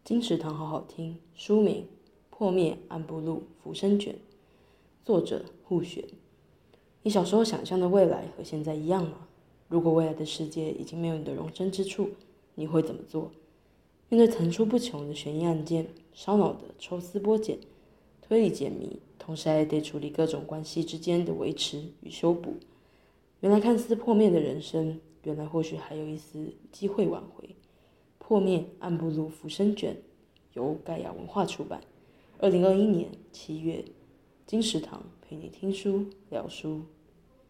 金石堂好好听，书名《破灭暗部录浮生卷》，作者户玄。你小时候想象的未来和现在一样吗？如果未来的世界已经没有你的容身之处，你会怎么做？面对层出不穷的悬疑案件，烧脑的抽丝剥茧、推理解谜，同时还得处理各种关系之间的维持与修补。原来看似破灭的人生，原来或许还有一丝机会挽回。破灭暗部录浮生卷，由盖亚文化出版，2021年7月。金石堂陪你听书聊书。